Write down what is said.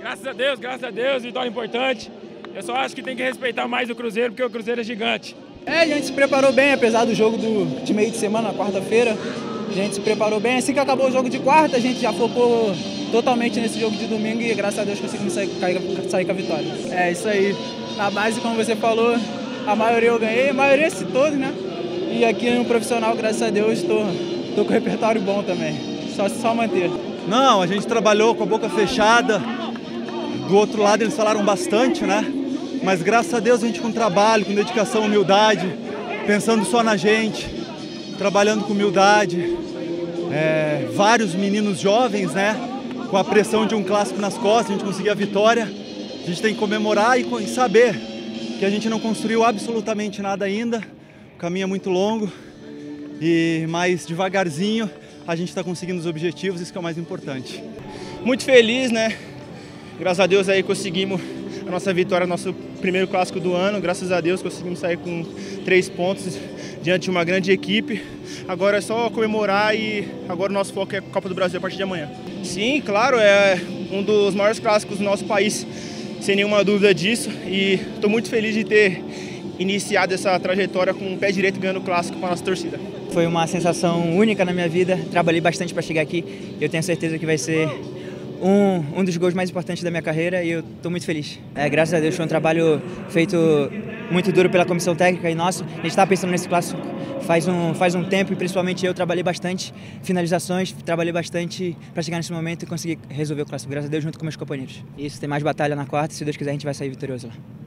Graças a Deus, vitória importante. Eu só acho que tem que respeitar mais o Cruzeiro, porque o Cruzeiro é gigante. A gente se preparou bem, apesar do jogo de meio de semana, na quarta-feira. A gente se preparou bem. Assim que acabou o jogo de quarta, a gente já focou totalmente nesse jogo de domingo e graças a Deus conseguimos sair com a vitória. É isso aí. Na base, como você falou, a maioria eu ganhei, a maioria se todos, né? E aqui no profissional, graças a Deus, estou com um repertório bom também. Só manter. Não, a gente trabalhou com a boca fechada. Do outro lado eles falaram bastante, né? Mas graças a Deus a gente com trabalho, com dedicação, humildade, pensando só na gente, trabalhando com humildade. Vários meninos jovens, né? Com a pressão de um clássico nas costas, a gente conseguiu a vitória. A gente tem que comemorar e saber que a gente não construiu absolutamente nada ainda. O caminho é muito longo, mas devagarzinho a gente está conseguindo os objetivos, isso que é o mais importante. Muito feliz, né? Graças a Deus aí conseguimos a nossa vitória, nosso primeiro clássico do ano. Graças a Deus conseguimos sair com 3 pontos diante de uma grande equipe. Agora é só comemorar e agora o nosso foco é a Copa do Brasil a partir de amanhã. Sim, claro, é um dos maiores clássicos do nosso país, sem nenhuma dúvida disso. E estou muito feliz de ter iniciado essa trajetória com o pé direito ganhando o clássico com a nossa torcida. Foi uma sensação única na minha vida. Trabalhei bastante para chegar aqui. Eu tenho certeza que vai ser um dos gols mais importantes da minha carreira e eu estou muito feliz. Graças a Deus foi um trabalho feito muito duro pela comissão técnica e nosso. A gente estava pensando nesse clássico faz um tempo e principalmente eu trabalhei bastante, finalizações, trabalhei bastante para chegar nesse momento e conseguir resolver o clássico. Graças a Deus junto com meus companheiros. Isso, tem mais batalha na quarta e se Deus quiser a gente vai sair vitorioso lá.